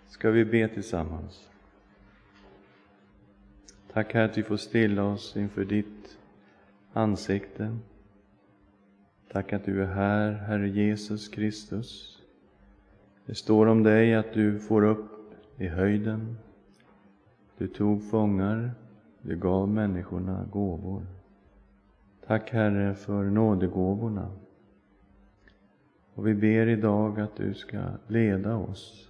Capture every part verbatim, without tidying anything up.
Ska vi be tillsammans. Tack Herre att vi får stilla oss inför ditt ansikte. Tack att du är här, Herre Jesus Kristus. Det står om dig att du får upp i höjden. Du tog fångar, du gav människorna gåvor. Tack Herre för nådegåvorna. Och vi ber idag att du ska leda oss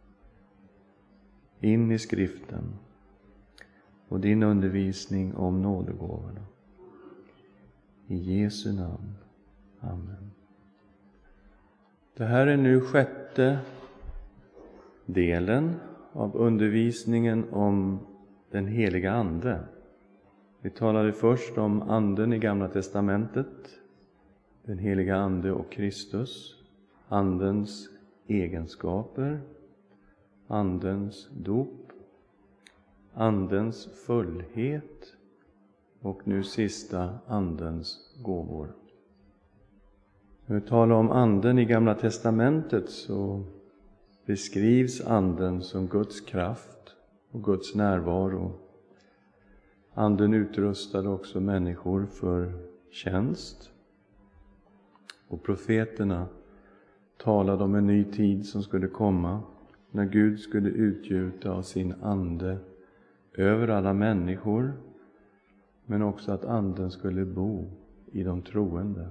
in i skriften och din undervisning om nådegåvorna. I Jesu namn. Amen. Det här är nu sjätte delen av undervisningen om den heliga ande. Vi talade först om anden i Gamla testamentet, den heliga ande och Kristus, andens egenskaper, andens dop, andens fullhet och nu sista andens gåvor. När vi talar om anden i Gamla testamentet så beskrivs anden som Guds kraft och Guds närvaro. Anden utrustade också människor för tjänst. Och profeterna talade om en ny tid som skulle komma, när Gud skulle utgjuta av sin ande över alla människor, men också att anden skulle bo i de troende.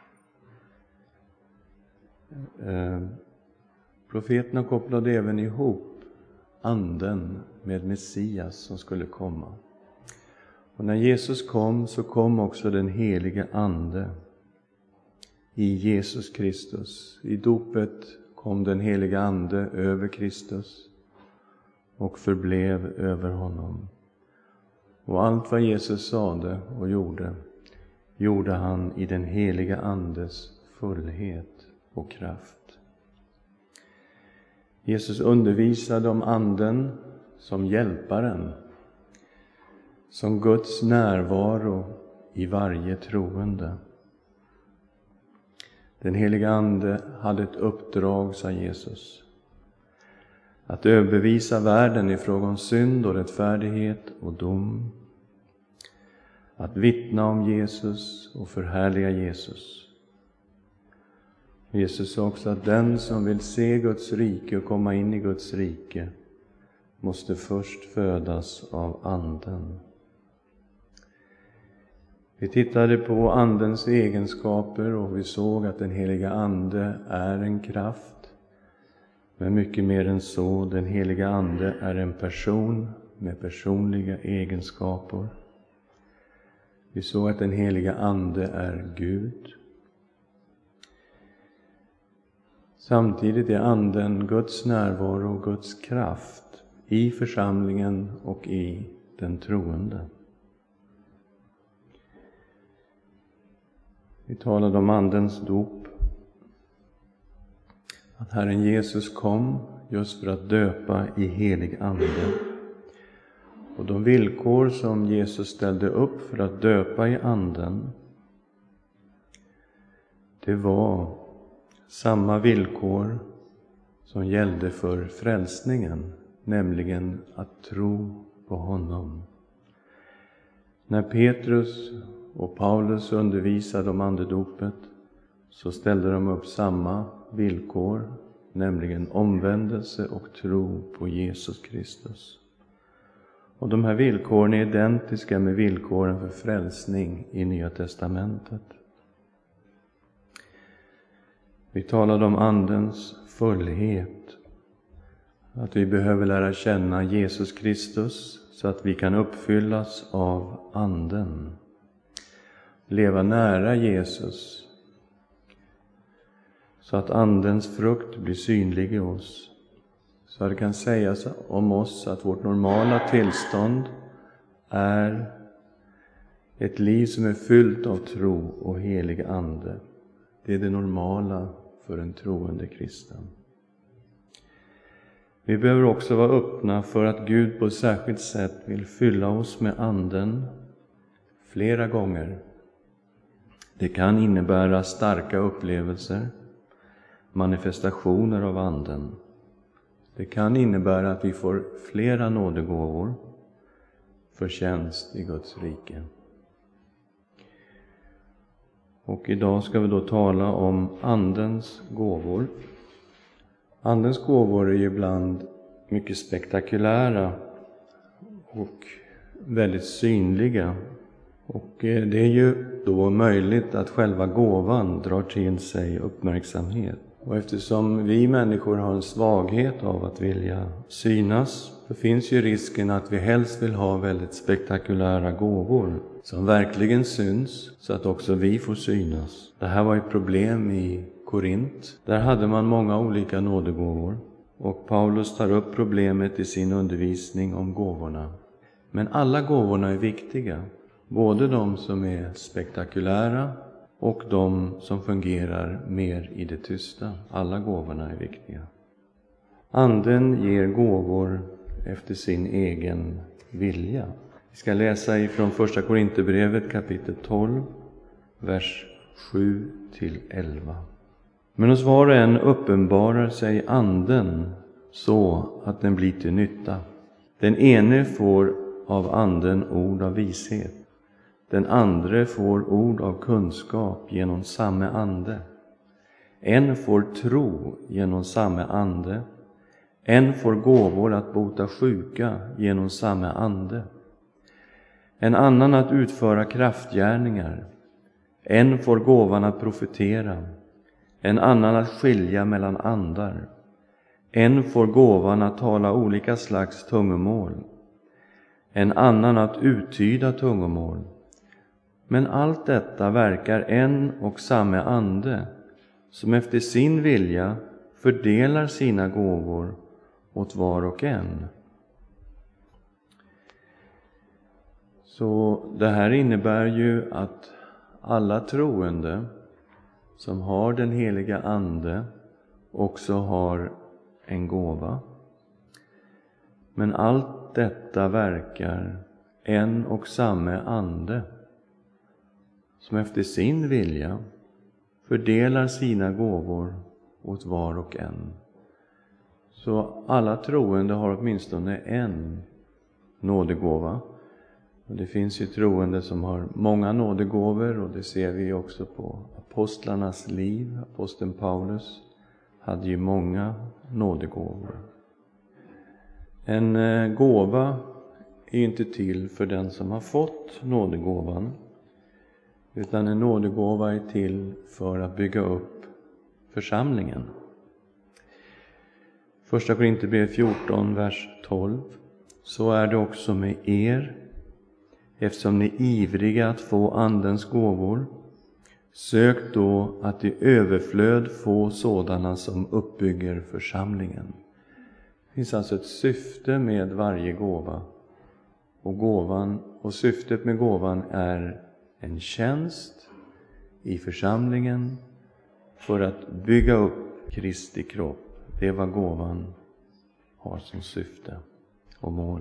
Eh, profeterna kopplade även ihop anden med Messias som skulle komma. Och när Jesus kom så kom också den helige ande i Jesus Kristus. I dopet kom den heliga ande över Kristus och förblev över honom. Och allt vad Jesus sade och gjorde, gjorde han i den heliga andes fullhet och kraft. Jesus undervisade om anden som hjälparen, som Guds närvaro i varje troende. Den heliga ande hade ett uppdrag, sa Jesus, att överbevisa världen i fråga om synd och rättfärdighet och dom, att vittna om Jesus och förhärliga Jesus. Jesus sa också att den som vill se Guds rike och komma in i Guds rike måste först födas av anden. Vi tittade på andens egenskaper och vi såg att den heliga ande är en kraft. Men mycket mer än så, den heliga ande är en person med personliga egenskaper. Vi såg att den heliga ande är Gud. Samtidigt är anden Guds närvaro och Guds kraft i församlingen och i den troende. Vi talade om andens dop. Att Herren Jesus kom just för att döpa i helig ande. Och de villkor som Jesus ställde upp för att döpa i anden, det var samma villkor som gällde för frälsningen, nämligen att tro på honom. När Petrus och Paulus undervisade om andedopet så ställde de upp samma villkor, nämligen omvändelse och tro på Jesus Kristus. Och de här villkoren är identiska med villkoren för frälsning i Nya testamentet. Vi talade om andens fullhet, att vi behöver lära känna Jesus Kristus så att vi kan uppfyllas av anden. Leva nära Jesus så att andens frukt blir synlig i oss. Så att det kan sägas om oss att vårt normala tillstånd är ett liv som är fyllt av tro och helig ande. Det är det normala för en troende kristen. Vi behöver också vara öppna för att Gud på ett särskilt sätt vill fylla oss med anden flera gånger. Det kan innebära starka upplevelser, manifestationer av anden. Det kan innebära att vi får flera nådegåvor för tjänst i Guds rike. Och idag ska vi då tala om andens gåvor. Andens gåvor är ju ibland mycket spektakulära och väldigt synliga. Och det är ju då möjligt att själva gåvan drar till sig uppmärksamhet. Och eftersom vi människor har en svaghet av att vilja synas, så finns ju risken att vi helst vill ha väldigt spektakulära gåvor som verkligen syns, så att också vi får synas. Det här var ett problem i Korint. Där hade man många olika nådegåvor. Och Paulus tar upp problemet i sin undervisning om gåvorna. Men alla gåvorna är viktiga. Både de som är spektakulära och de som fungerar mer i det tysta. Alla gåvorna är viktiga. Anden ger gåvor efter sin egen vilja. Vi ska läsa ifrån första Korinthierbrevet kapitel tolv, vers sju till elva. Men hos var och en uppenbarar sig anden så att den blir till nytta. Den ene får av anden ord av vishet. Den andre får ord av kunskap genom samme ande. En får tro genom samme ande. En får gåvor att bota sjuka genom samme ande. En annan att utföra kraftgärningar. En får gåvan att profetera. En annan att skilja mellan andar. En får gåvan att tala olika slags tungomål. En annan att uttyda tungomål. Men allt detta verkar en och samme ande, som efter sin vilja fördelar sina gåvor åt var och en. Så det här innebär ju att alla troende som har den heliga ande också har en gåva. Men allt detta verkar en och samme ande, som efter sin vilja fördelar sina gåvor åt var och en. Så alla troende har åtminstone en nådegåva. Och det finns ju troende som har många nådegåvor, och det ser vi också på apostlarnas liv. Aposteln Paulus hade ju många nådegåvor. En gåva är inte till för den som har fått nådegåvan, utan en nådegåva är till för att bygga upp församlingen. Första Korinthierbrevet fjorton, vers tolv. Så är det också med er, eftersom ni är ivriga att få andens gåvor. Sök då att i överflöd få sådana som uppbygger församlingen. Det finns alltså ett syfte med varje gåva. Och gåvan och syftet med gåvan är en tjänst i församlingen för att bygga upp Kristi kropp. Det är vad gåvan har som syfte och mål.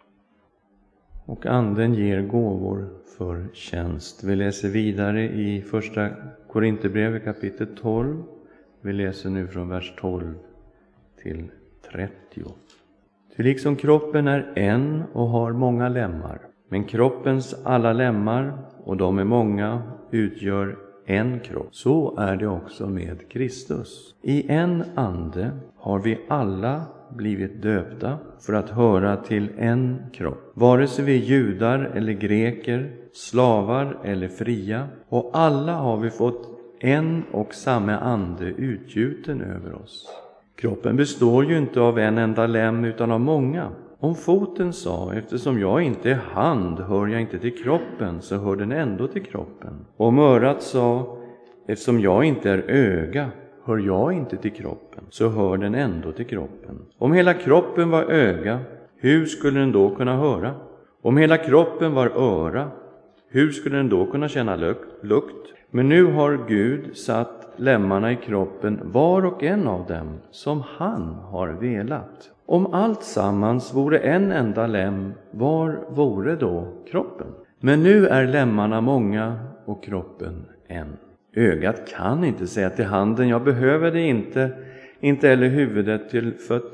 Och anden ger gåvor för tjänst. Vi läser vidare i första Korinthierbrevet kapitel tolv. Vi läser nu från vers tolv till trettio. Ty liksom kroppen är en och har många lemmar, men kroppens alla lemmar, och de är många, utgör en kropp. Så är det också med Kristus. I en ande har vi alla blivit döpta för att höra till en kropp. Vare sig vi är judar eller greker, slavar eller fria, och alla har vi fått en och samma ande utgjuten över oss. Kroppen består ju inte av en enda lem utan av många. Om foten sa, eftersom jag inte är hand hör jag inte till kroppen, så hör den ändå till kroppen. Om örat sa, eftersom jag inte är öga hör jag inte till kroppen, så hör den ändå till kroppen. Om hela kroppen var öga, hur skulle den då kunna höra? Om hela kroppen var öra, hur skulle den då kunna känna lukt? Men nu har Gud satt lemmarna i kroppen, var och en av dem, som han har velat. Om allt sammans vore en enda lem, var vore då kroppen? Men nu är lemmarna många och kroppen en. Ögat kan inte säga till handen, jag behöver det inte, inte heller huvudet till fötterna.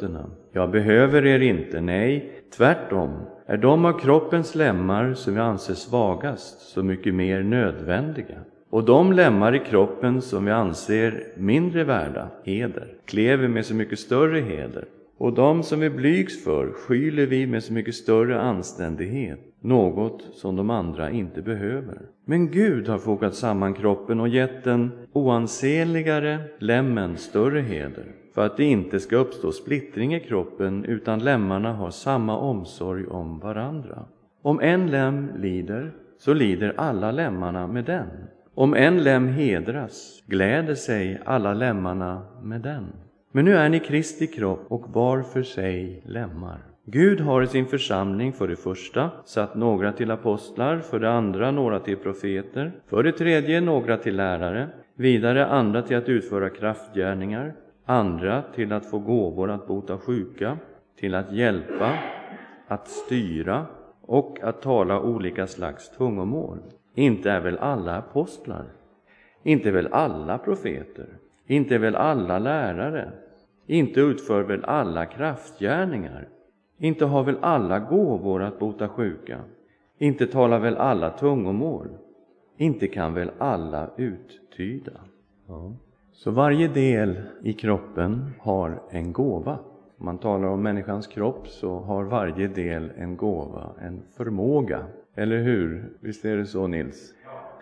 Jag behöver er inte, nej, tvärtom är de av kroppens lemmar som vi anser svagast så mycket mer nödvändiga. Och de lemmar i kroppen som vi anser mindre värda, heder, klär vi med så mycket större heder. Och de som vi blygs för skyler vi med så mycket större anständighet, något som de andra inte behöver. Men Gud har fogat samman kroppen och gett den oansenligare lemmen större heder, för att det inte ska uppstå splittring i kroppen, utan lemmarna har samma omsorg om varandra. Om en lem lider, så lider alla lemmarna med den. Om en lem hedras, gläder sig alla lemmarna med den. Men nu är ni Kristi kropp och var för sig lemmar. Gud har i sin församling för det första satt några till apostlar, för det andra några till profeter, för det tredje några till lärare, vidare andra till att utföra kraftgärningar, andra till att få gåvor att bota sjuka, till att hjälpa, att styra och att tala olika slags tungomål. Inte är väl alla apostlar, inte väl alla profeter, inte väl alla lärare, inte utför väl alla kraftgärningar, inte har väl alla gåvor att bota sjuka, inte talar väl alla tungomål, inte kan väl alla uttyda. Ja. Så varje del i kroppen har en gåva. Om man talar om människans kropp så har varje del en gåva, en förmåga. Eller hur? Visst är det så, Nils?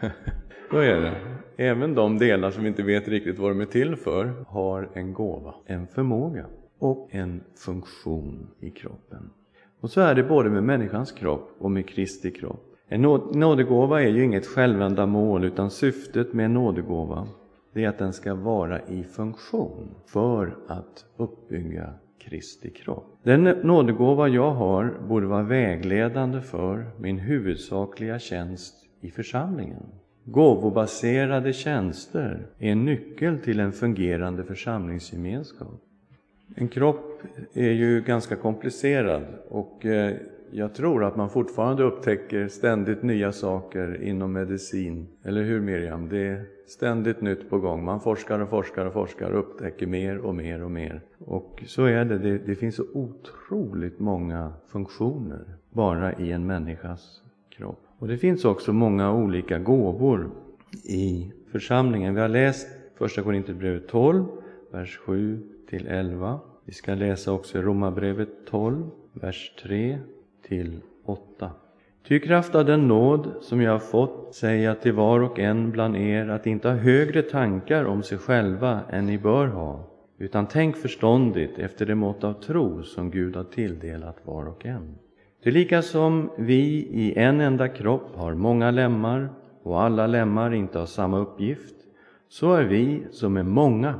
Då är det. Även de delar som inte vet riktigt vad de är till för har en gåva, en förmåga och en funktion i kroppen. Och så är det både med människans kropp och med Kristi kropp. En nådegåva är ju inget självändamål, utan syftet med en nådegåva det är att den ska vara i funktion för att uppbygga Kristi kropp. Den nådegåva jag har borde vara vägledande för min huvudsakliga tjänst i församlingen. Gåvobaserade tjänster är en nyckel till en fungerande församlingsgemenskap. En kropp är ju ganska komplicerad och jag tror att man fortfarande upptäcker ständigt nya saker inom medicin. Eller hur, Miriam? Det är ständigt nytt på gång. Man forskar och forskar och forskar och upptäcker mer och mer och mer. Och så är det. Det, det finns så otroligt många funktioner bara i en människas kropp. Och det finns också många olika gåvor i församlingen. Vi har läst första Korinthierbrevet tolv, vers sju till elva. Vi ska läsa också Romarbrevet tolv, vers tre till åtta. Ty kraft av den nåd som jag har fått säga till var och en bland er att inte ha högre tankar om sig själva än ni bör ha, utan tänk förståndigt efter det mått av tro som Gud har tilldelat var och en. Det är lika som vi i en enda kropp har många lemmar och alla lemmar inte har samma uppgift, så är vi som är många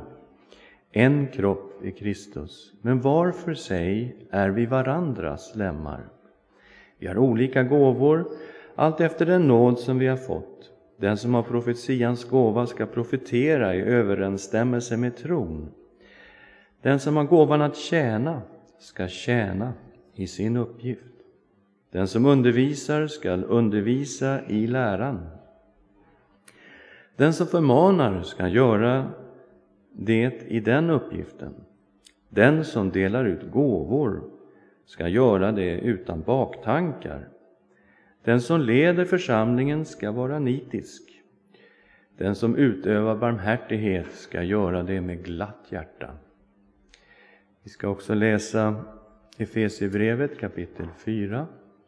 en kropp i Kristus, men var för sig är vi varandras lemmar. Vi har olika gåvor, allt efter den nåd som vi har fått. Den som har profetians gåva ska profetera i överensstämmelse med tron. Den som har gåvan att tjäna ska tjäna i sin uppgift. Den som undervisar ska undervisa i läran. Den som förmanar ska göra det i den uppgiften. Den som delar ut gåvor ska göra det utan baktankar. Den som leder församlingen ska vara nitisk. Den som utövar barmhärtighet ska göra det med glatt hjärta. Vi ska också läsa Efesierbrevet kapitel fyra,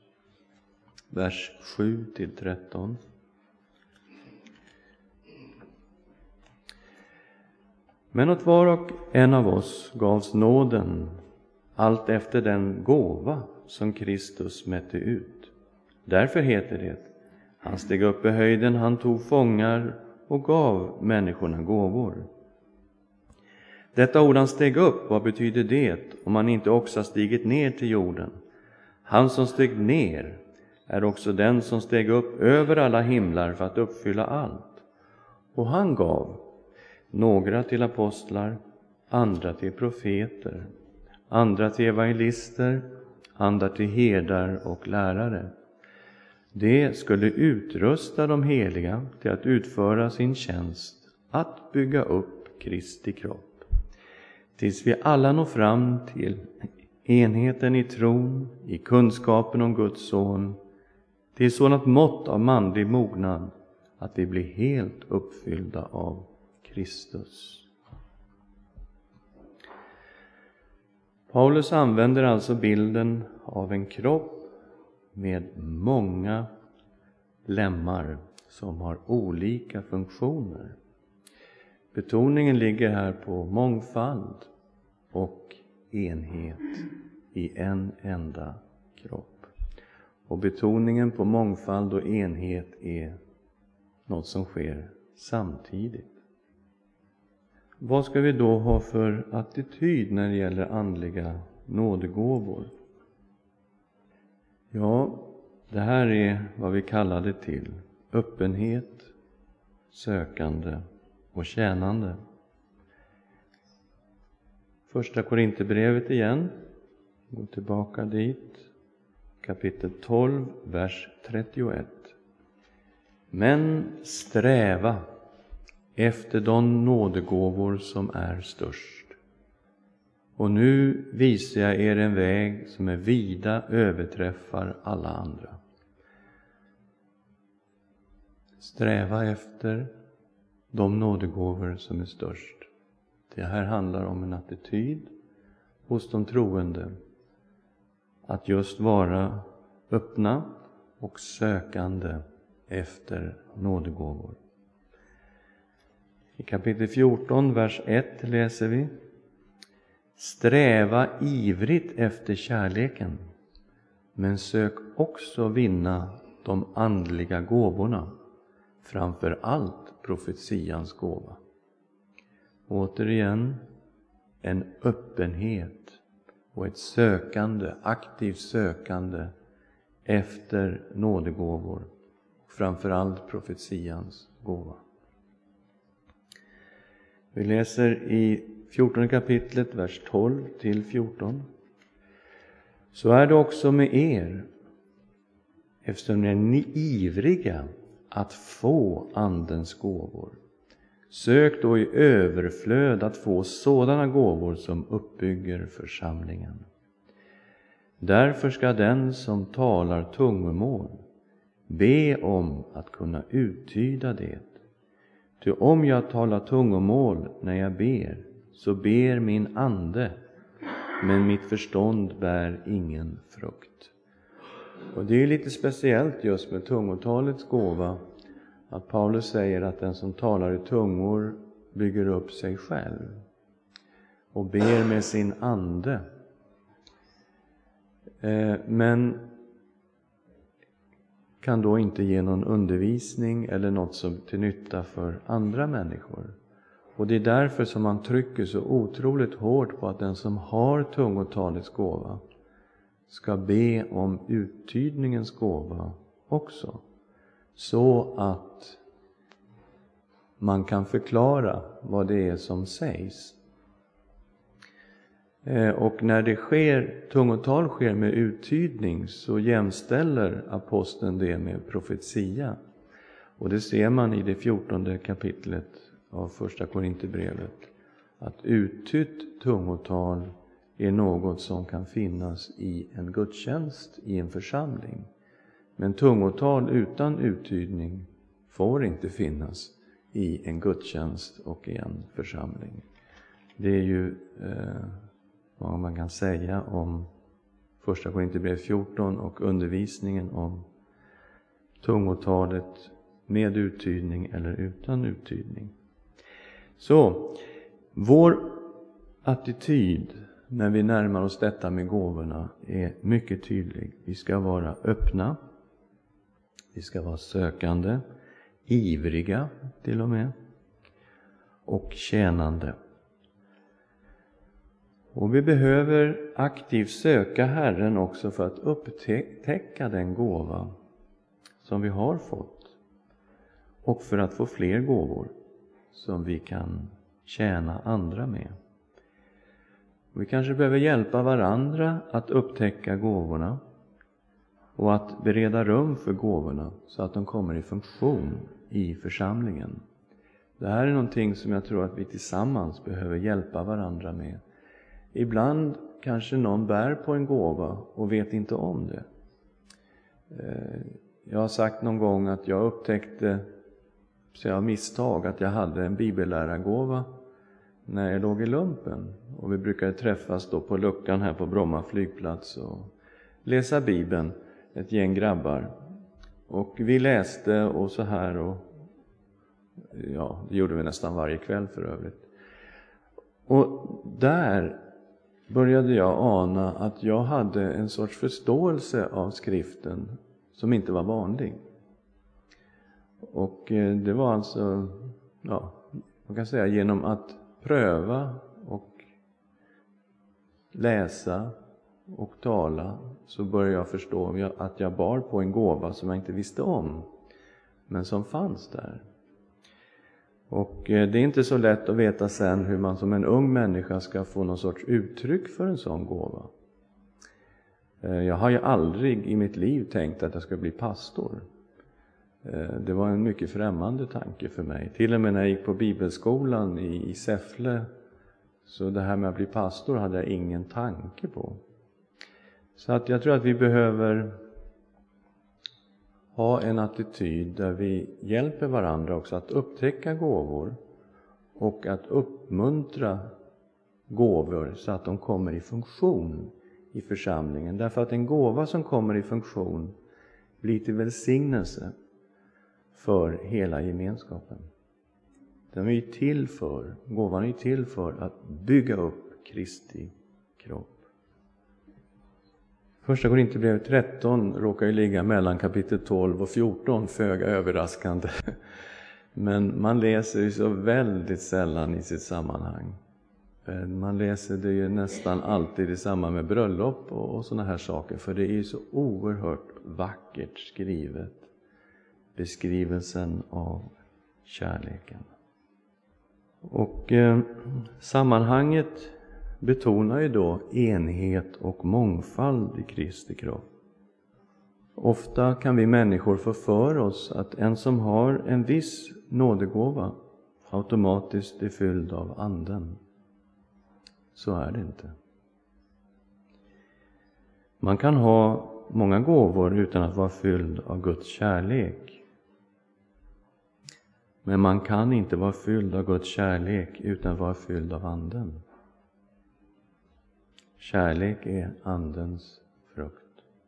vers sju till tretton. Men åt var och en av oss gavs nåden allt efter den gåva som Kristus mätte ut. Därför heter det: han steg upp i höjden, han tog fångar och gav människorna gåvor. Detta ord han steg upp, vad betyder det om han inte också har stigit ner till jorden? Han som steg ner är också den som steg upp över alla himlar för att uppfylla allt. Och han gav några till apostlar, andra till profeter, andra till evangelister, andra till herdar och lärare. Det skulle utrusta de heliga till att utföra sin tjänst, att bygga upp Kristi kropp, tills vi alla når fram till enheten i tron, i kunskapen om Guds son, till sådant mått av manlig mognad att vi blir helt uppfyllda av Kristus. Paulus använder alltså bilden av en kropp med många lemmar som har olika funktioner. Betoningen ligger här på mångfald och enhet i en enda kropp. Och betoningen på mångfald och enhet är något som sker samtidigt. Vad ska vi då ha för attityd när det gäller andliga nådegåvor? Ja, det här är vad vi kallar det till: öppenhet, sökande och tjänande. Första Korinthierbrevet igen, gå tillbaka dit, kapitel tolv, vers trettioett. Men sträva efter de nådegåvor som är störst. Och nu visar jag er en väg som är vida överträffar alla andra. Sträva efter de nådegåvor som är störst. Det här handlar om en attityd hos de troende. Att just vara öppna och sökande efter nådegåvor. I kapitel fjorton, vers ett läser vi: sträva ivrigt efter kärleken, men sök också vinna de andliga gåvorna, framför allt profetians gåva. Återigen en öppenhet och ett sökande, aktivt sökande efter nådegåvor, framför allt profetians gåva. Vi läser i fjortonde kapitlet, vers tolv till fjorton. Så är det också med er, eftersom ni är ivriga att få andens gåvor. Sök då i överflöd att få sådana gåvor som uppbygger församlingen. Därför ska den som talar tungomål be om att kunna uttyda det. Ty om jag talar tungomål när jag ber, så ber min ande, men mitt förstånd bär ingen frukt. Och det är lite speciellt just med tungotalets gåva, att Paulus säger att den som talar i tungor bygger upp sig själv och ber med sin ande. Eh, men kan då inte ge någon undervisning eller något som till nytta för andra människor. Och det är därför som man trycker så otroligt hårt på att den som har tungotalets gåva ska be om uttydningens gåva också. Så att man kan förklara vad det är som sägs. Och när det sker, tungotal sker med uttydning, så jämställer aposteln det med profetia. Och det ser man i det fjortonde kapitlet av första Korinthierbrevet. Att uttytt tungotal är något som kan finnas i en gudstjänst, i en församling. Men tungotal utan uttydning får inte finnas i en gudstjänst och i en församling. Det är ju eh, vad man kan säga om första Korinthierbrevet fjorton och undervisningen om tungotalet med uttydning eller utan uttydning. Så, vår attityd när vi närmar oss detta med gåvorna är mycket tydlig. Vi ska vara öppna. Vi ska vara sökande, ivriga till och med, och tjänande. Och vi behöver aktivt söka Herren också för att upptäcka den gåva som vi har fått. Och för att få fler gåvor som vi kan tjäna andra med. Vi kanske behöver hjälpa varandra att upptäcka gåvorna. Och att bereda rum för gåvorna så att de kommer i funktion i församlingen. Det här är någonting som jag tror att vi tillsammans behöver hjälpa varandra med. Ibland kanske någon bär på en gåva och vet inte om det. Jag har sagt någon gång att jag upptäckte så jag misstag att jag hade en bibellärargåva när jag låg i lumpen. Och vi brukade träffas då på luckan här på Bromma flygplats och läsa Bibeln, ett gäng grabbar. Och vi läste och så här och ja, det gjorde vi nästan varje kväll för övrigt. Och där började jag ana att jag hade en sorts förståelse av skriften som inte var vanlig. Och det var alltså, ja, man kan säga genom att pröva och läsa och tala så började jag förstå att jag bar på en gåva som jag inte visste om, men som fanns där. Och det är inte så lätt att veta sen hur man som en ung människa ska få någon sorts uttryck för en sån gåva. Jag har ju aldrig i mitt liv tänkt att jag ska bli pastor. Det var en mycket främmande tanke för mig. Till och med när jag gick på bibelskolan i, i Säffle, så det här med att bli pastor hade jag ingen tanke på. Så att jag tror att vi behöver ha en attityd där vi hjälper varandra också att upptäcka gåvor och att uppmuntra gåvor så att de kommer i funktion i församlingen. Därför att en gåva som kommer i funktion blir till välsignelse för hela gemenskapen. Den är ju till för, gåvan är till för att bygga upp Kristi kropp. Första Korinthierbrevet tretton råkar ju ligga mellan kapitel tolv och fjorton, föga överraskande. Men man läser ju så väldigt sällan i sitt sammanhang. Man läser det ju nästan alltid i samband med bröllop och, och såna här saker. För det är ju så oerhört vackert skrivet. Beskrivelsen av kärleken. Och eh, sammanhanget betonar ju då enhet och mångfald i Kristi kropp. Ofta kan vi människor få för oss att en som har en viss nådegåva automatiskt är fylld av anden. Så är det inte. Man kan ha många gåvor utan att vara fylld av Guds kärlek. Men man kan inte vara fylld av Guds kärlek utan att vara fylld av anden. Kärlek är andens frukt.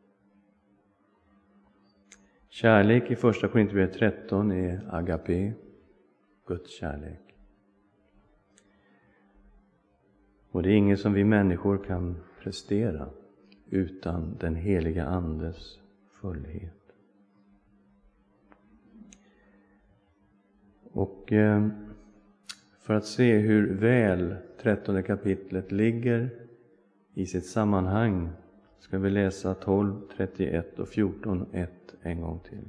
Kärlek i första Korinthierbrevet tretton är agape, Guds kärlek. Och det är inget som vi människor kan prestera utan den heliga andes fullhet. Och eh, för att se hur väl trettonde kapitlet ligger i sitt sammanhang ska vi läsa tolv, trettioett och fjorton ett en gång till.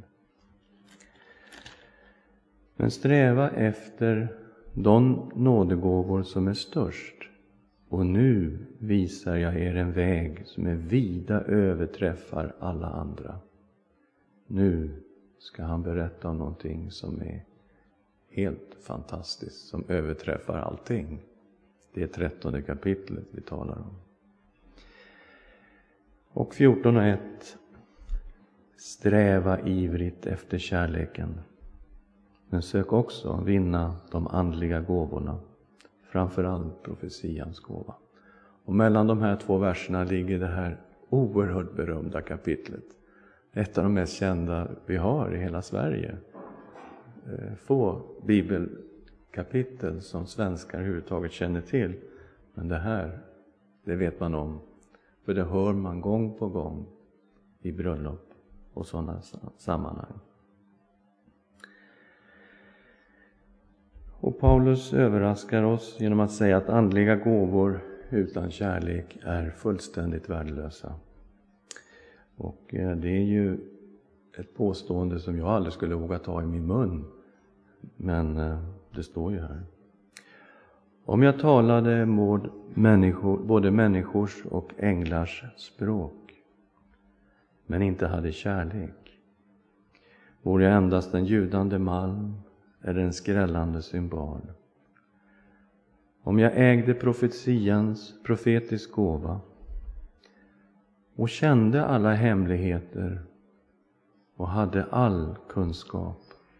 Men sträva efter de nådegåvor som är störst. Och nu visar jag er en väg som är vida överträffar alla andra. Nu ska han berätta om någonting som är helt fantastiskt, som överträffar allting. Det är trettonde kapitlet vi talar om. Och fjorton och ett. Sträva ivrigt efter kärleken. Men sök också vinna de andliga gåvorna. Framförallt profetians gåva. Och mellan de här två verserna ligger det här oerhört berömda kapitlet. Ett av de mest kända vi har i hela Sverige. Få bibelkapitel som svenskar överhuvudtaget känner till. Men det här, det vet man om. För det hör man gång på gång i bröllop och sådana sammanhang. Och Paulus överraskar oss genom att säga att andliga gåvor utan kärlek är fullständigt värdelösa. Och det är ju ett påstående som jag aldrig skulle våga ta i min mun. Men det står ju här. Om jag talade med människor, både människors och änglars språk, men inte hade kärlek, vore jag endast en ljudande malm eller en skrällande symbol. Om jag ägde profetians profetisk gåva och kände alla hemligheter och hade all kunskap.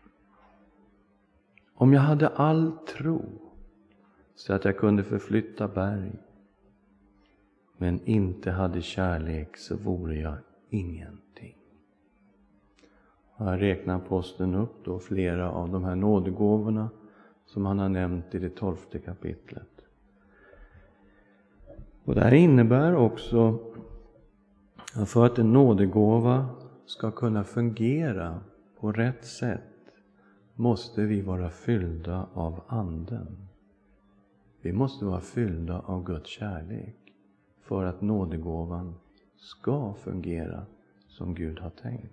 Om jag hade all tro så att jag kunde förflytta berg, men inte hade kärlek, så vore jag ingenting. Här räknar aposteln upp då flera av de här nådegåvorna som han har nämnt i det tolfte kapitlet. Och det här innebär också att för att en nådegåva ska kunna fungera på rätt sätt måste vi vara fyllda av anden. Vi måste vara fyllda av Guds kärlek för att nådegåvan ska fungera som Gud har tänkt.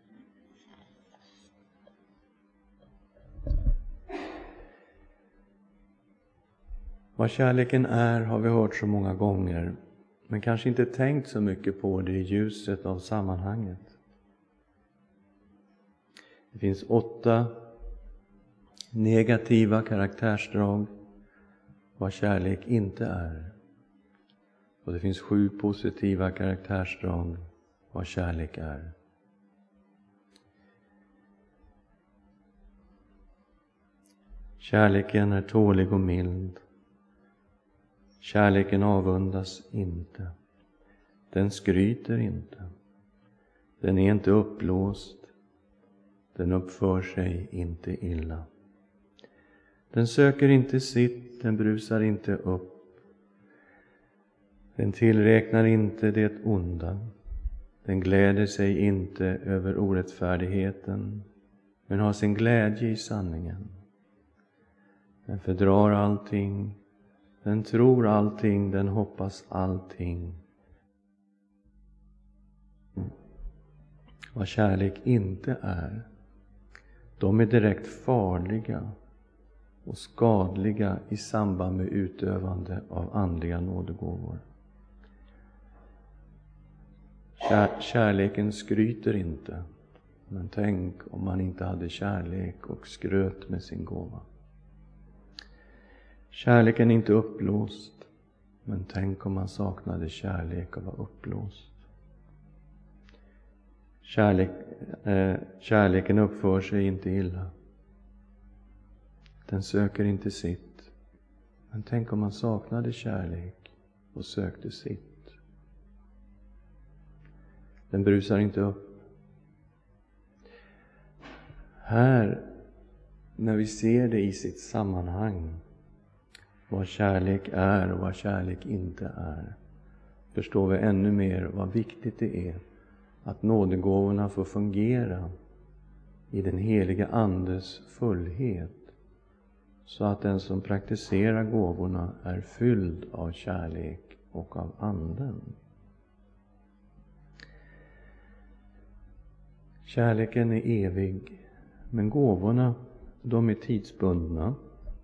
Vad kärleken är har vi hört så många gånger, men kanske inte tänkt så mycket på det i ljuset av sammanhanget. Det finns åtta negativa karaktärsdrag vad kärlek inte är. Och det finns sju positiva karaktärsdrag vad kärlek är. Kärleken är tålig och mild. Kärleken avundas inte. Den skryter inte. Den är inte uppblåst. Den uppför sig inte illa. Den söker inte sitt, den brusar inte upp. Den tillräknar inte det onda. Den gläder sig inte över orättfärdigheten, men har sin glädje i sanningen. Den fördrar allting, den tror allting, den hoppas allting. Vad kärlek inte är, de är direkt farliga och skadliga i samband med utövande av andliga nådegåvor. Kär, kärleken skryter inte, men tänk om man inte hade kärlek och skröt med sin gåva. Kärleken är inte uppblåst, men tänk om man saknade kärlek och var uppblåst. Kärlek, eh, kärleken uppför sig inte illa. Den söker inte sitt. Men tänk om man saknade kärlek och sökte sitt. Den brusar inte upp. Här, när vi ser det i sitt sammanhang, vad kärlek är och vad kärlek inte är, förstår vi ännu mer vad viktigt det är att nådegåvorna får fungera i den heliga Andes fullhet, så att den som praktiserar gåvorna är fylld av kärlek och av anden. Kärleken är evig, men gåvorna, de är tidsbundna.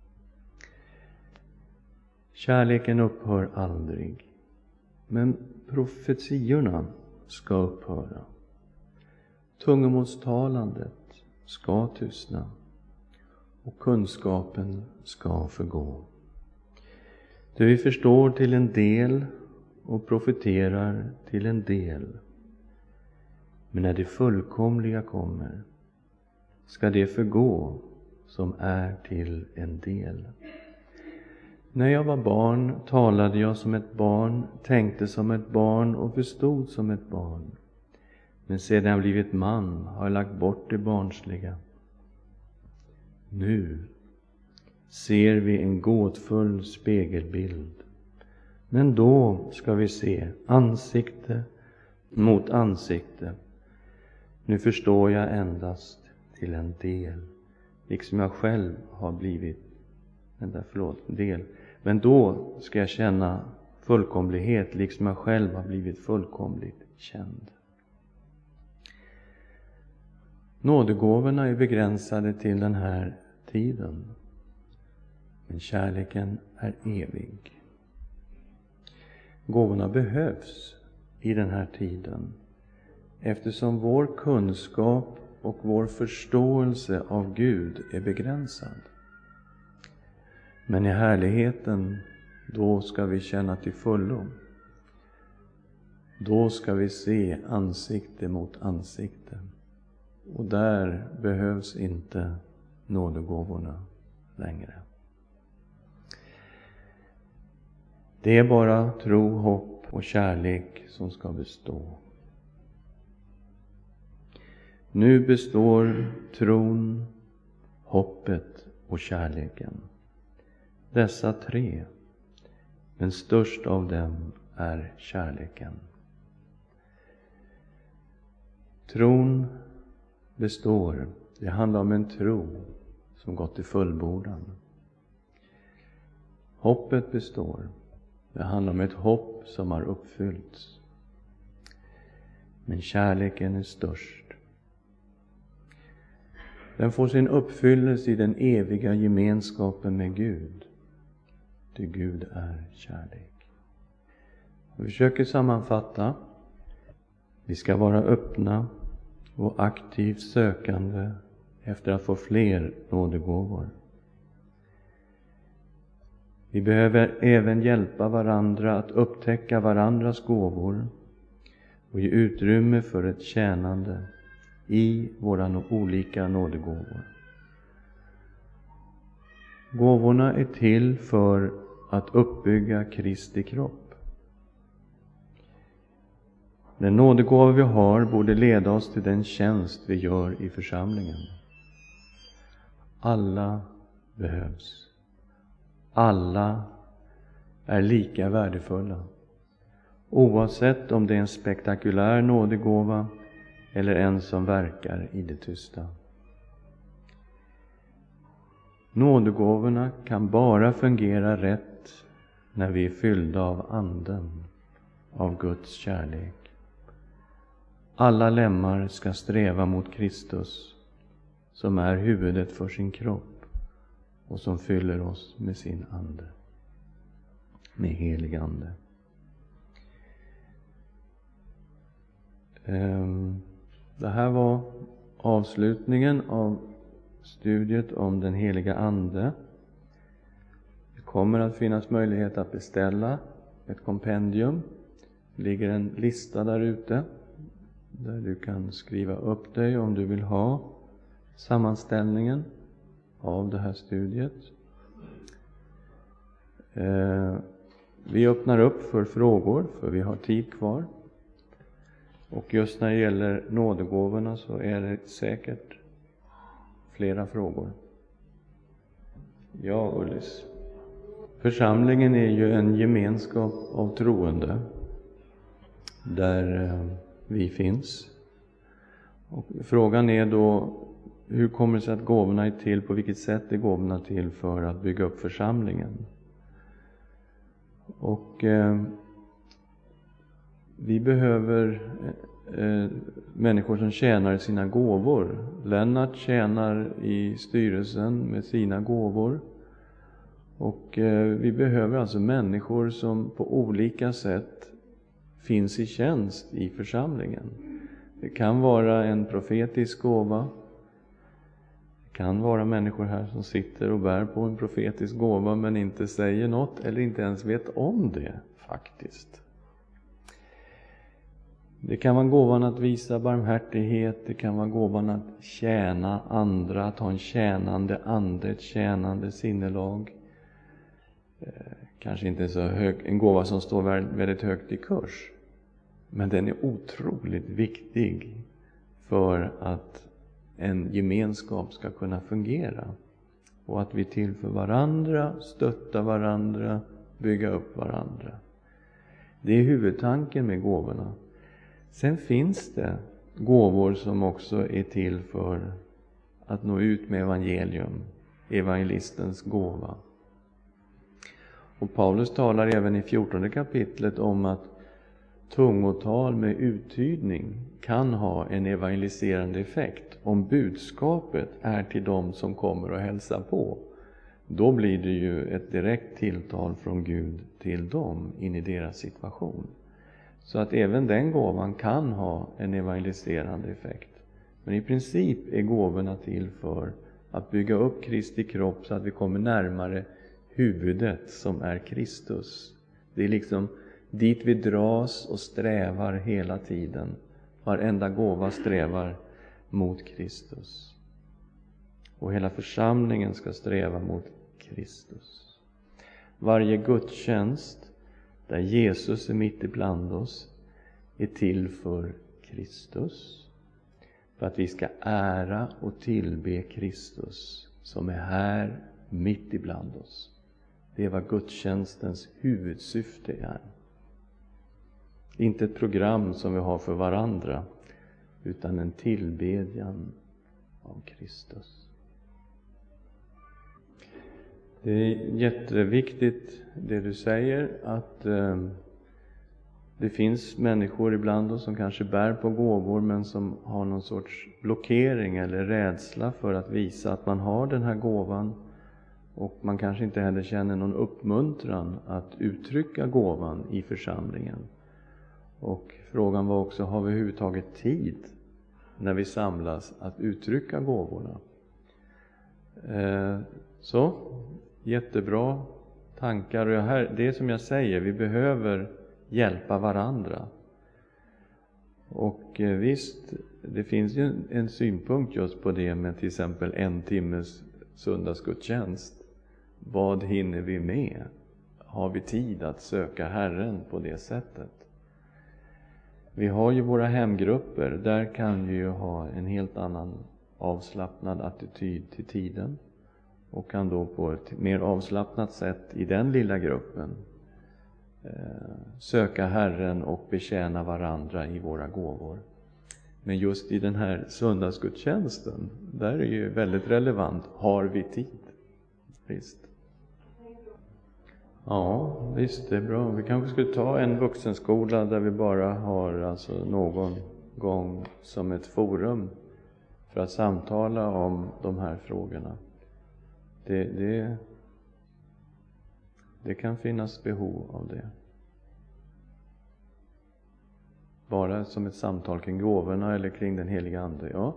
Kärleken upphör aldrig, men profetiorna ska upphöra. Tungomålstalandet ska tystna och kunskapen ska förgå. Det vi förstår till en del och profeterar till en del. Men när det fullkomliga kommer ska det förgå som är till en del. När jag var barn talade jag som ett barn, tänkte som ett barn och förstod som ett barn. Men sedan jag blivit man har jag lagt bort det barnsliga. Nu ser vi en gåtfull spegelbild. Men då ska vi se ansikte mot ansikte. Nu förstår jag endast till en del, liksom jag själv har blivit vänta, förlåt, del. Men då ska jag känna fullkomlighet, liksom jag själv har blivit fullkomligt känd. Nådegåvorna är begränsade till den här tiden, men kärleken är evig. Gåvorna behövs i den här tiden, eftersom vår kunskap och vår förståelse av Gud är begränsad. Men i härligheten, då ska vi känna till fullo. Då ska vi se ansikte mot ansikte. Och där behövs inte nådegåvorna längre. Det är bara tro, hopp och kärlek som ska bestå. Nu består tron, hoppet och kärleken. Dessa tre, men störst av dem är kärleken. Tron består. Det handlar om en tro som gått till fullbordan. Hoppet består. Det handlar om ett hopp som har uppfyllts. Men kärleken är störst. Den får sin uppfyllelse i den eviga gemenskapen med Gud. Ty Gud är kärlek. Vi försöker sammanfatta. Vi ska vara öppna och aktivt sökande efter att få fler nådegåvor. Vi behöver även hjälpa varandra att upptäcka varandras gåvor och ge utrymme för ett tjänande i våra olika nådegåvor. Gåvorna är till för att uppbygga Kristi kropp. Den nådegåva vi har borde leda oss till den tjänst vi gör i församlingen. Alla behövs. Alla är lika värdefulla. Oavsett om det är en spektakulär nådegåva eller en som verkar i det tysta. Nådegåvorna kan bara fungera rätt när vi är fyllda av anden, av Guds kärlek. Alla lemmar ska sträva mot Kristus, som är huvudet för sin kropp och som fyller oss med sin ande, med helig ande. Det här var avslutningen av studiet om den heliga ande. Det kommer att finnas möjlighet att beställa ett kompendium. Det ligger en lista där ute där du kan skriva upp dig om du vill ha sammanställningen av det här studiet. Eh, vi öppnar upp för frågor, för vi har tid kvar. Och just när det gäller nådegåvorna så är det säkert flera frågor. Ja, Ullis. Församlingen är ju en gemenskap av troende där eh, vi finns. Och frågan är då, hur kommer det sig att gåvorna är till, på vilket sätt är gåvorna till för att bygga upp församlingen? Och eh, vi behöver eh, människor som tjänar sina gåvor. Lennart tjänar i styrelsen med sina gåvor. Och eh, vi behöver alltså människor som på olika sätt finns i tjänst i församlingen. Det kan vara en profetisk gåva. Det kan vara människor här som sitter och bär på en profetisk gåva men inte säger något eller inte ens vet om det faktiskt. Det kan vara gåvan att visa barmhärtighet. Det kan vara gåvan att tjäna andra, att ha en tjänande ande, ett tjänande sinnelag. Kanske inte så hög, en gåva som står väldigt högt i kurs. Men den är otroligt viktig för att en gemenskap ska kunna fungera. Och att vi till för varandra, stötta varandra, bygga upp varandra. Det är huvudtanken med gåvorna. Sen finns det gåvor som också är till för att nå ut med evangelium. Evangelistens gåva. Och Paulus talar även i fjortonde kapitlet om att tungotal med uttydning kan ha en evangeliserande effekt. Om budskapet är till dem som kommer och hälsar på, då blir det ju ett direkt tilltal från Gud till dem in i deras situation. Så att även den gåvan kan ha en evangeliserande effekt. Men i princip är gåvorna till för att bygga upp Kristi kropp så att vi kommer närmare huvudet som är Kristus. Det är liksom dit vi dras och strävar hela tiden. Varenda gåva strävar mot Kristus. Och hela församlingen ska sträva mot Kristus. Varje gudstjänst där Jesus är mitt ibland oss är till för Kristus. För att vi ska ära och tillbe Kristus som är här mitt ibland oss. Det är vad gudstjänstens huvudsyfte är. Inte ett program som vi har för varandra, utan en tillbedjan av Kristus. Det är jätteviktigt det du säger, att eh, det finns människor ibland som kanske bär på gåvor men som har någon sorts blockering eller rädsla för att visa att man har den här gåvan. Och man kanske inte heller känner någon uppmuntran att uttrycka gåvan i församlingen. Och frågan var också, har vi överhuvudtaget tid när vi samlas att uttrycka gåvorna? Eh, så, jättebra tankar. Och här, det som jag säger, vi behöver hjälpa varandra. Och eh, visst, det finns ju en, en synpunkt just på det med till exempel en timmes söndagsgudstjänst. Vad hinner vi med? Har vi tid att söka Herren på det sättet? Vi har ju våra hemgrupper. Där kan vi ju ha en helt annan avslappnad attityd till tiden. Och kan då på ett mer avslappnat sätt i den lilla gruppen eh, söka Herren och betjäna varandra i våra gåvor. Men just i den här söndagsgudstjänsten, där är ju väldigt relevant. Har vi tid? Visst. Ja, visst, det är bra. Vi kanske skulle ta en vuxenskola där vi bara har alltså någon gång som ett forum för att samtala om de här frågorna. Det, det, det kan finnas behov av det. Bara som ett samtal kring gåvorna eller kring den heliga ande. Ja.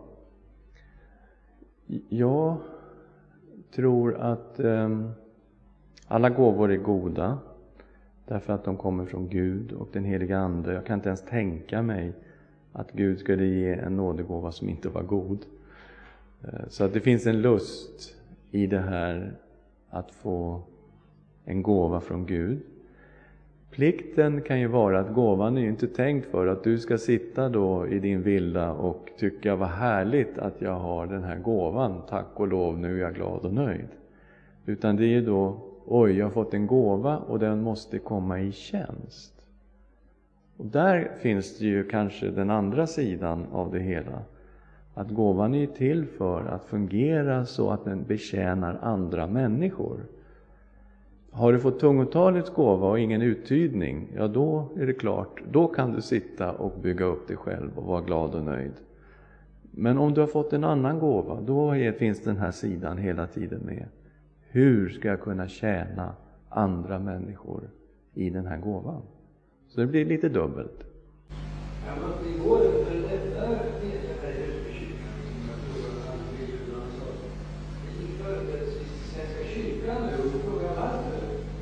Jag tror att eh, alla gåvor är goda. Därför att de kommer från Gud och den heliga ande. Jag kan inte ens tänka mig att Gud skulle ge en nådegåva som inte var god. Eh, så att det finns en lust i det här att få en gåva från Gud. Plikten kan ju vara att gåvan är ju inte tänkt för att du ska sitta då i din villa och tycka vad härligt att jag har den här gåvan. Tack och lov, nu är jag glad och nöjd. Utan det är ju då, oj, jag har fått en gåva och den måste komma i tjänst. Och där finns det ju kanske den andra sidan av det hela. Att gåvan är till för att fungera så att den betjänar andra människor. Har du fått tungotalets gåva och ingen uttydning, ja då är det klart, då kan du sitta och bygga upp dig själv och vara glad och nöjd. Men om du har fått en annan gåva, då är, finns den här sidan hela tiden med. Hur ska jag kunna tjäna andra människor i den här gåvan? Så det blir lite dubbelt. Ja, men det går för detta vet jag här i Husbykyrkan som jag tror att han vill ha sagt. Det gick för Svenska kyrkan nu och frågade varför.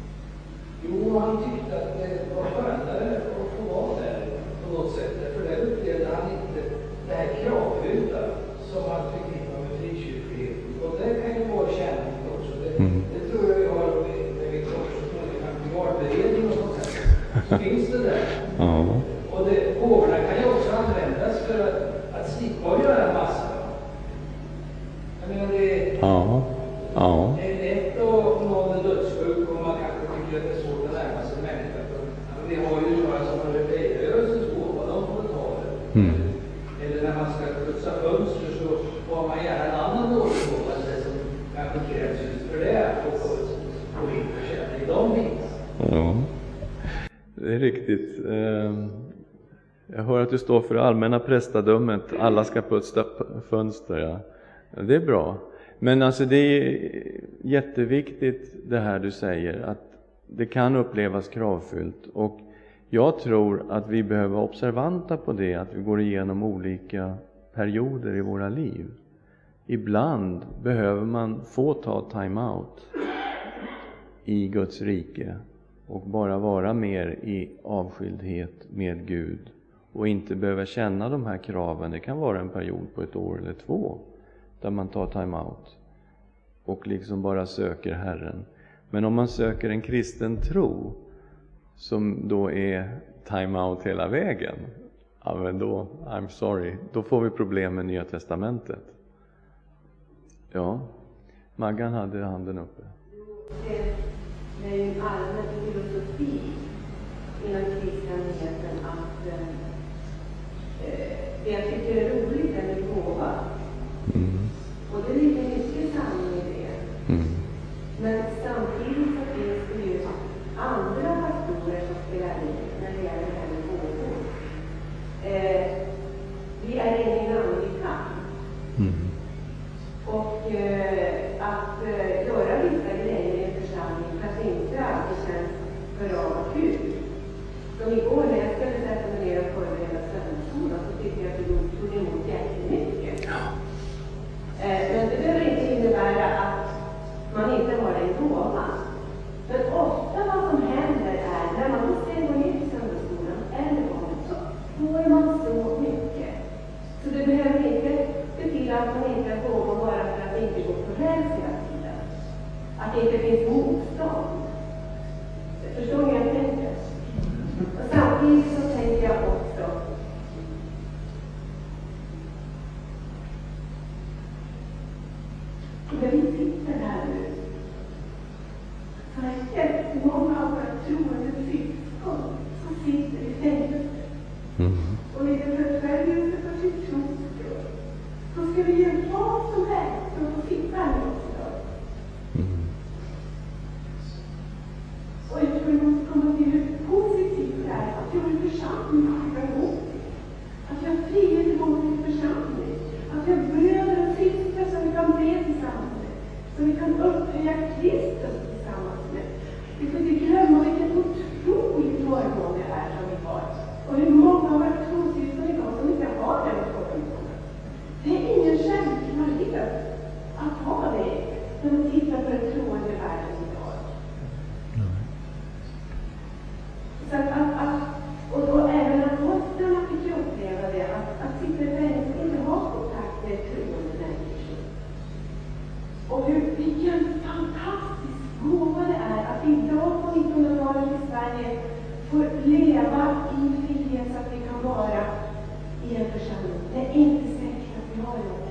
Jo, han tyckte att det var skönare att få vara där på något sätt. För där upplevde han inte det här kravfyllda som han förknippar med frikyrkligheten. Och det kan ju vara kärnligt också. Det, mm. det tror jag vi har när vi också kan bli valberedning och sånt här. Så finns det där. Ja. Och det, gåvorna kan ju också användas för att, att slippa att göra en massa. Jag menar det, ja. Ja. det är lätt att någon är dödssjuk och man kanske tycker att det är svårt att närma sig människa. Vi har ju några som har rörelsens gåva, de får ta det. Mm. Eller när man ska putsa fönster så har man gärna en annan gåva än det som kanske krävs just för det och få in förtjäna i de bitarna. Ja, det är riktigt. Jag hör att du står för allmänna prästadömet. Alla ska putsa fönster. Ja. Det är bra. Men alltså det är jätteviktigt det här du säger. Att det kan upplevas kravfyllt. Och jag tror att vi behöver vara observanta på det. Att vi går igenom olika perioder i våra liv. Ibland behöver man få ta time out i Guds rike. och bara vara mer i avskildhet med Gud och inte behöva känna de här kraven. Det kan vara en period på ett år eller två där man tar time out och liksom bara söker Herren. Men om man söker en kristen tro som då är time out hela vägen, ja men då, I'm sorry, då får vi problem med Nya Testamentet. Ja, Maggan hade handen uppe. Det är ju en allmän filosofi inom kristenheten att eh, det jag tycker är roligt är en gåva. Mm. Och det ligger mycket sanning i det. Mm. Men samtidigt så finns det ju andra faktorer som spelar in när det gäller det här med gåvor. Eh, vi är inne i en andlig kamp. Mm. Och eh, att eh, göra vissa grejer i en församling kanske inte alltid känns för bra och kul. Som igår när jag skulle sätta mig ner och förbereda söndagsskolan så tyckte jag att det tog emot jättemycket. Ja. Eh, men det behöver inte innebära att man inte har en gåva. Men ofta vad som händer är när man sen går ner till söndagsskolan eller vad så får man så mycket. Så det behöver inte betyda att man inte har gåva bara för att det inte går på räls hela tiden. Att det inte finns motstånd. Förstår ni vad jag tänker? Och samtidigt så tänker jag också när vi sitter här nu så är jättemånga av våra troende syskon som sitter i fängelse. Mm. Och lider förföljelse för sitt tros skull. Så ska vi göra vad som helst för att få sitta här också. Mm. Och jag tror vi måste komma till hur positivt det är att vi har en församling som vi kan gå till. Att vi har frihet att gå till en församling. Att vi har bröder och systrar som vi kan be tillsammans med. Som vi kan upphöja Kristus tillsammans med. Vi får inte glömma vilken otrolig förmån det är som vi har. Och hur många av våra trossyskon idag som inte har den förmånen. Det är ingen självklarhet att ha det när man tittar på den troende världen idag. Så att, att, att, och då även apostlarna fick ju uppleva det, att, att sitta i fängelse och inte ha kontakt med troende människor. Och hur, vilken fantastisk gåva det är att idag på nittonhundratalet i Sverige får leva i frihet så att vi kan vara i en församling. Det är inte säkert att vi har något.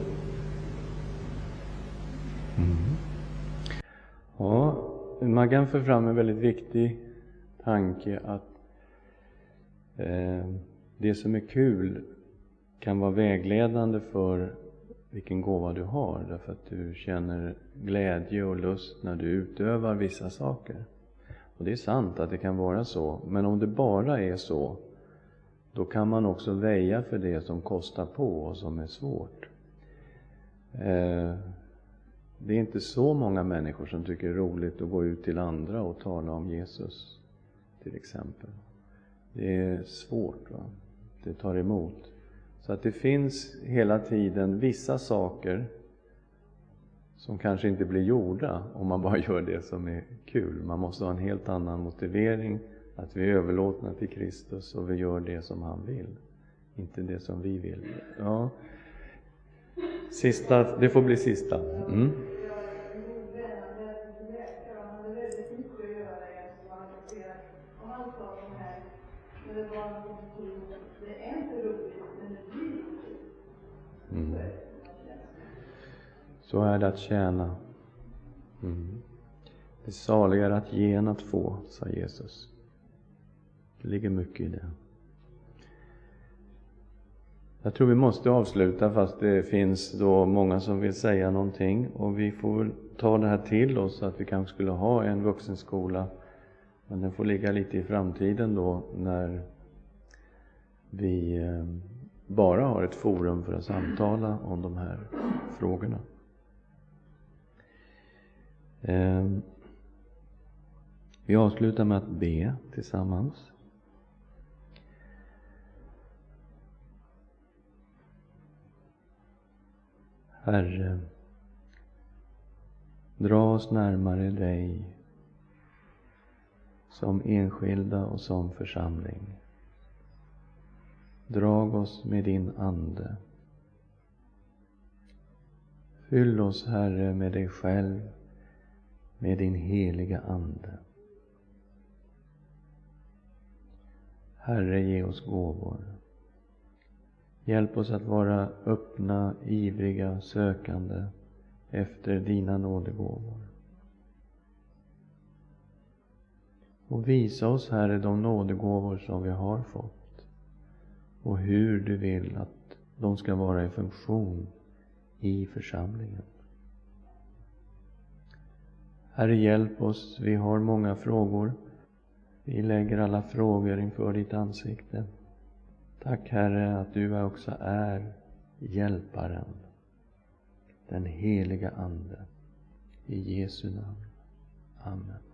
Mm. Ja, Maggan för fram en väldigt viktig tanke att eh, det som är kul kan vara vägledande för vilken gåva du har, därför att du känner glädje och lust när du utövar vissa saker. Och det är sant att det kan vara så, men om det bara är så, då kan man också väja för det som kostar på och som är svårt. Eh, det är inte så många människor som tycker det är roligt att gå ut till andra och tala om Jesus, till exempel. Det är svårt, va? Det tar emot. Så att det finns hela tiden vissa saker som kanske inte blir gjorda om man bara gör det som är kul. Man måste ha en helt annan motivering, att vi är överlåtna till Kristus och vi gör det som han vill, inte det som vi vill. Ja. Sista, det får bli sista. Mm. Mm. Så är det att tjäna. Mm. Det är saligare att ge än att få, sa Jesus. Det ligger mycket i det. Jag tror vi måste avsluta, fast det finns då många som vill säga någonting. Och vi får ta det här till oss, att vi kanske skulle ha en vuxenskola. Men den får ligga lite i framtiden då, när vi bara har ett forum för att samtala om de här frågorna. Vi avslutar med att be tillsammans. Herre, dra oss närmare dig som enskilda och som församling. Drag oss med din ande. Fyll oss, Herre, med dig själv, med din heliga ande. Herre, ge oss gåvor. Hjälp oss att vara öppna, ivriga, sökande efter dina nådegåvor. Och visa oss, Herre, de nådegåvor som vi har fått och hur du vill att de ska vara i funktion i församlingen. Herre, hjälp oss. Vi har många frågor. Vi lägger alla frågor inför ditt ansikte. Tack, Herre, att du också är hjälparen, den heliga ande. I Jesu namn. Amen.